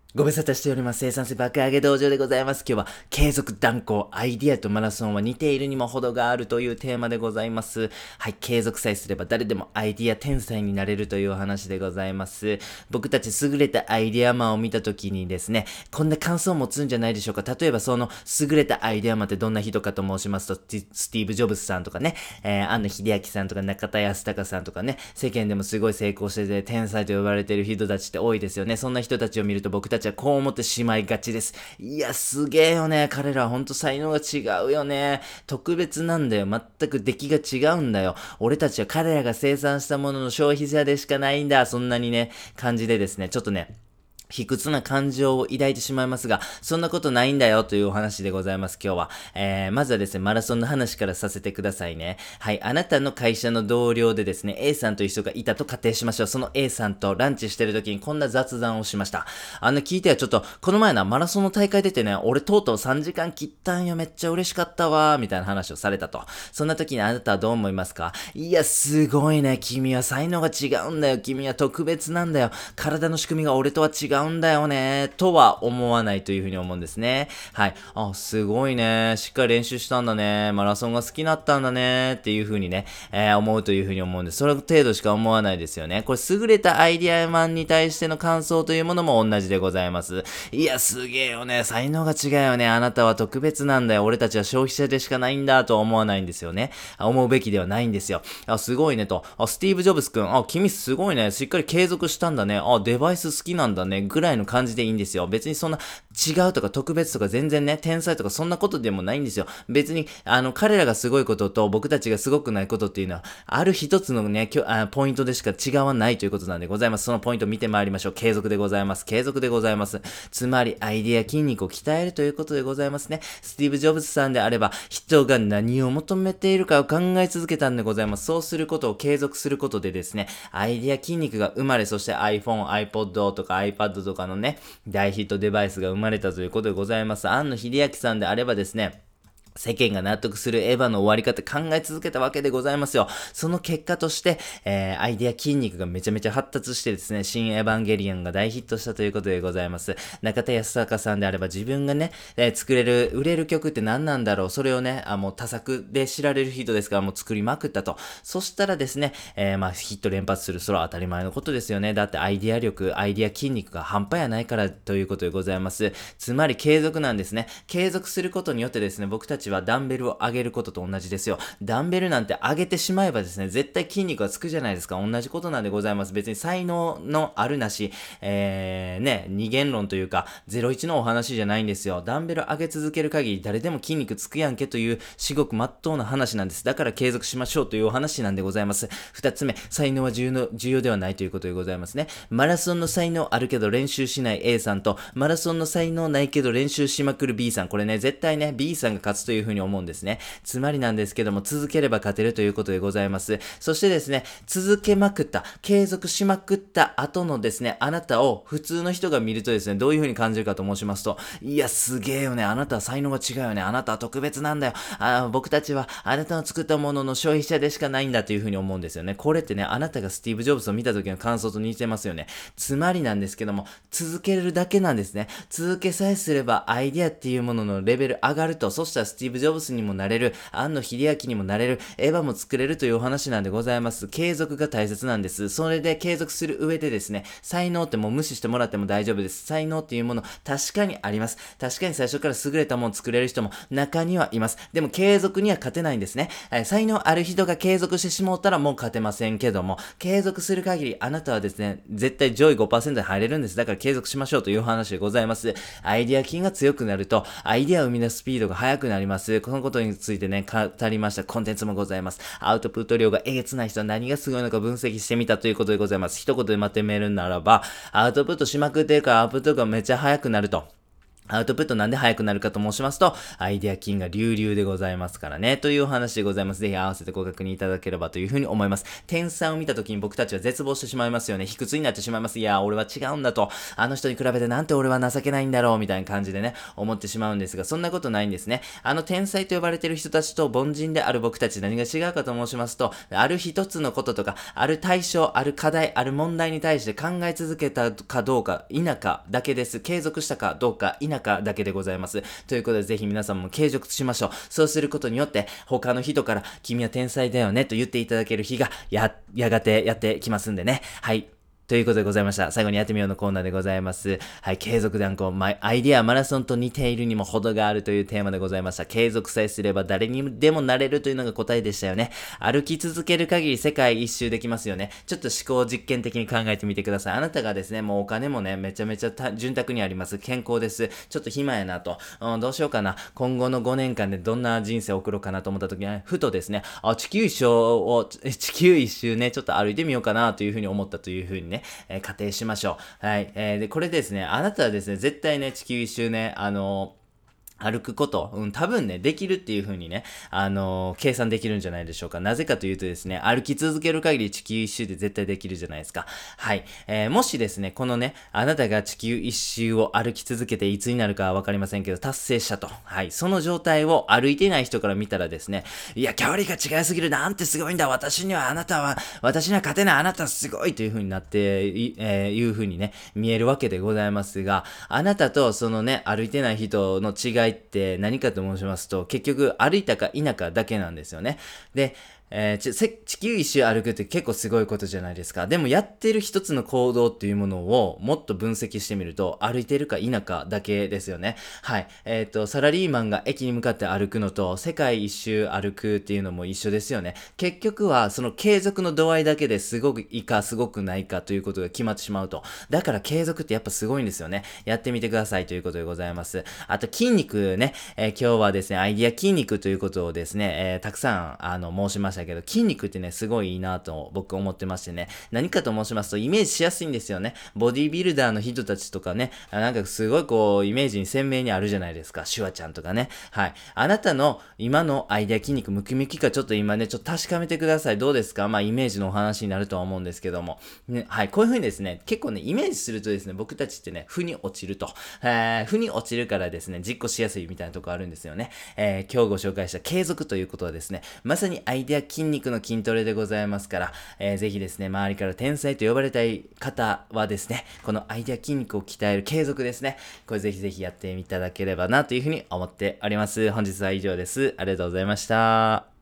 ご無沙汰しております。生産性爆上げ道場でございます。今日は継続断行、アイディアとマラソンは似ているにも程があるというテーマでございます。はい、継続さえすれば誰でもアイディア天才になれるというお話でございます。僕たち優れたアイディアマンを見たときにですね、こんな感想を持つんじゃないでしょうか。例えばその優れたアイディアマンってどんな人かと申しますと、スティーブ・ジョブズさんとかね、庵野秀明さんとか中田康隆さんとかね、世間でもすごい成功してて天才と呼ばれている人たちって多いですよね。そんな人たちを見ると僕たちはこう思ってしまいがちです。いや、すげえよね。彼らはほんと才能が違うよね。特別なんだよ。全く出来が違うんだよ。俺たちは彼らが生産したものの消費者でしかないんだ。そんなにね、感じでですね、ちょっとね、卑屈な感情を抱いてしまいますが、そんなことないんだよというお話でございます、今日は。まずはですね、マラソンの話からさせてくださいね。はい、あなたの会社の同僚でですね、A さんという人がいたと仮定しましょう。その A さんとランチしてる時にこんな雑談をしました。聞いてはちょっと、この前な、マラソンの大会出てね、俺とうとう3時間切ったんよ、めっちゃ嬉しかったわ、みたいな話をされたと。そんな時にあなたはどう思いますか？いや、すごいね、君は才能が違うんだよ、君は特別なんだよ、体の仕組みが俺とは違うんだよね、とは思わないというふうに思うんですね。はい。あ、すごいね。しっかり練習したんだね。マラソンが好きだったんだね。っていうふうにね、思うというふうに思うんです。それ程度しか思わないですよね。これ、優れたアイディアマンに対しての感想というものも同じでございます。いや、すげえよね。才能が違うよね。あなたは特別なんだよ。俺たちは消費者でしかないんだとは思わないんですよね。思うべきではないんですよ。あ、すごいねと。スティーブ・ジョブズくん。君すごいね。しっかり継続したんだね。デバイス好きなんだね。ぐらいの感じでいいんですよ。別にそんな違うとか特別とか全然ね、天才とかそんなことでもないんですよ。別に、彼らがすごいことと僕たちがすごくないことっていうのは、ある一つのね、ポイントでしか違わないということなんでございます。そのポイントを見てまいりましょう。継続でございます。継続でございます。つまり、アイディア筋肉を鍛えるということでございますね。スティーブ・ジョブズさんであれば、人が何を求めているかを考え続けたんでございます。そうすることを継続することでですね、アイディア筋肉が生まれ、そして iPhone、iPod とか iPad とかのね、大ヒットデバイスが生まれたということでございます。庵野秀明さんであればですね、世間が納得するエヴァの終わり方考え続けたわけでございますよ。その結果として、アイデア筋肉がめちゃめちゃ発達してですね、新エヴァンゲリオンが大ヒットしたということでございます。中田康隆さんであれば自分がね、作れる、売れる曲って何なんだろう。それをね、もう多作で知られる人ですからもう作りまくったと。そしたらですね、ヒット連発する、それは当たり前のことですよね。だってアイデア力、アイデア筋肉が半端やないからということでございます。つまり継続なんですね。継続することによってですね、僕たちはダンベルを上げることと同じですよ。ダンベルなんて上げてしまえばですね、絶対筋肉がつくじゃないですか。同じことなんでございます。別に才能のあるなし、二元論というか、01のお話じゃないんですよ。ダンベル上げ続ける限り誰でも筋肉つくやんけという至極真っ当な話なんです。だから継続しましょうというお話なんでございます。二つ目、才能は重要ではないということでございますね。マラソンの才能あるけど練習しない A さんと、マラソンの才能ないけど練習しまくる B さん。これね、絶対ね、B さんが勝つというふうに思うんですね。つまりなんですけども、続ければ勝てるということでございます。そしてですね、続けまくった、継続しまくった後のですね、あなたを普通の人が見るとですね、どういうふうに感じるかと申しますと、いや、すげえよね、あなたは才能が違うよね、あなたは特別なんだよ、僕たちはあなたの作ったものの消費者でしかないんだというふうに思うんですよね。これってね、あなたがスティーブ・ジョブズを見た時の感想と似てますよね。つまりなんですけども、続けるだけなんですね。続けさえすればアイデアっていうもののレベル上がると、そしたらスティーブ・ジョブズにもなれる、庵野秀明にもなれる、エヴァも作れるというお話なんでございます。継続が大切なんです。それで継続する上でですね、才能ってもう無視してもらっても大丈夫です。才能っていうもの確かにあります。確かに最初から優れたものを作れる人も中にはいます。でも継続には勝てないんですね。才能ある人が継続してしもうたらもう勝てませんけども、継続する限りあなたはですね、絶対上位5%に入れるんです。だから継続しましょうというお話でございます。アイデア筋が強くなると、アイデアを生み出すスピードが速くなります。このことについてね、語りましたコンテンツもございます。アウトプット量がえげつない人は何がすごいのか分析してみたということでございます。一言でまとめるならば、アウトプットしまくってるからアウトプットがめっちゃ速くなると。 アウトプットなんで速くなるかと申しますと、アイデア金が隆々でございますからね、というお話でございます。ぜひ合わせてご確認いただければというふうに思います。点3を見た時に僕たちは絶望してしまいますよね。卑屈になってしまいます。いや、俺は違うんだと。あの人に比べてなんて俺は情けないんだろう、みたいな感じでね、思ってしまうんですが、そんなことないんですね。天才と呼ばれている人たちと凡人である僕たち何が違うかと申しますと、ある一つのこととか、ある対象、ある課題、ある問題に対して考え続けたかどうか、否かだけです。継続したかどうか、否かだけでございます。ということで、ぜひ皆さんも継続しましょう。そうすることによって、他の人から、君は天才だよね、と言っていただける日が、やがてやってきますんでね。はい。ということでございました。最後にやってみようのコーナーでございます。はい、継続断行、アイデアマラソンと似ているにも程があるというテーマでございました。継続さえすれば誰にでもなれるというのが答えでしたよね。歩き続ける限り世界一周できますよね。ちょっと思考実験的に考えてみてください。あなたがですね、もうお金もね、めちゃめちゃ潤沢にあります。健康です。ちょっと暇やなと。どうしようかな。今後の5年間でどんな人生を送ろうかなと思った時に、ふとですね、地球一周ね、ちょっと歩いてみようかなというふうに思ったというふうにね、仮定しましょう。はい。で、これですね、あなたはですね、絶対ね、地球一周ね、歩くこと、多分ね、できるっていう風にね、計算できるんじゃないでしょうか。なぜかというとですね、歩き続ける限り地球一周で絶対できるじゃないですか。はい。もしですね、このね、あなたが地球一周を歩き続けていつになるかはわかりませんけど、達成したと。はい。その状態を歩いていない人から見たらですね、いや、距離が違いすぎる。なんてすごいんだ。私には勝てない。あなたはすごいという風になって、いう風にね、見えるわけでございますが、あなたとそのね、歩いてない人の違いって何かと申しますと、結局歩いたか否かだけなんですよね。で、地球一周歩くって結構すごいことじゃないですか。でもやってる一つの行動っていうものをもっと分析してみると、歩いてるか否かだけですよね。はい。サラリーマンが駅に向かって歩くのと、世界一周歩くっていうのも一緒ですよね。結局は、その継続の度合いだけですごくいいかすごくないかということが決まってしまうと。だから継続ってやっぱすごいんですよね。やってみてくださいということでございます。あと筋肉ね、今日はですね、アイディア筋肉ということをですね、たくさん、申しましたけど、筋肉ってね、すごいいいなと僕思ってましてね、何かと申しますと、イメージしやすいんですよね。ボディビルダーの人たちとかね、なんかすごいこう、イメージに鮮明にあるじゃないですか。シュワちゃんとかね。はい。あなたの今のアイデア筋肉ムキムキかちょっと今ね、ちょっと確かめてください。どうですか？イメージのお話になるとは思うんですけども。ね、はい。こういう風にですね、結構ね、イメージするとですね、僕たちってね、負に落ちると。負に落ちるからですね、実行しやすいみたいなとこあるんですよね。今日ご紹介した継続ということはですね、まさにアイデア筋肉の筋トレでございますから、ぜひですね、周りから天才と呼ばれたい方はですね、このアイデア筋肉を鍛える継続ですね、これぜひぜひやっていただければなというふうに思っております。本日は以上です。ありがとうございました。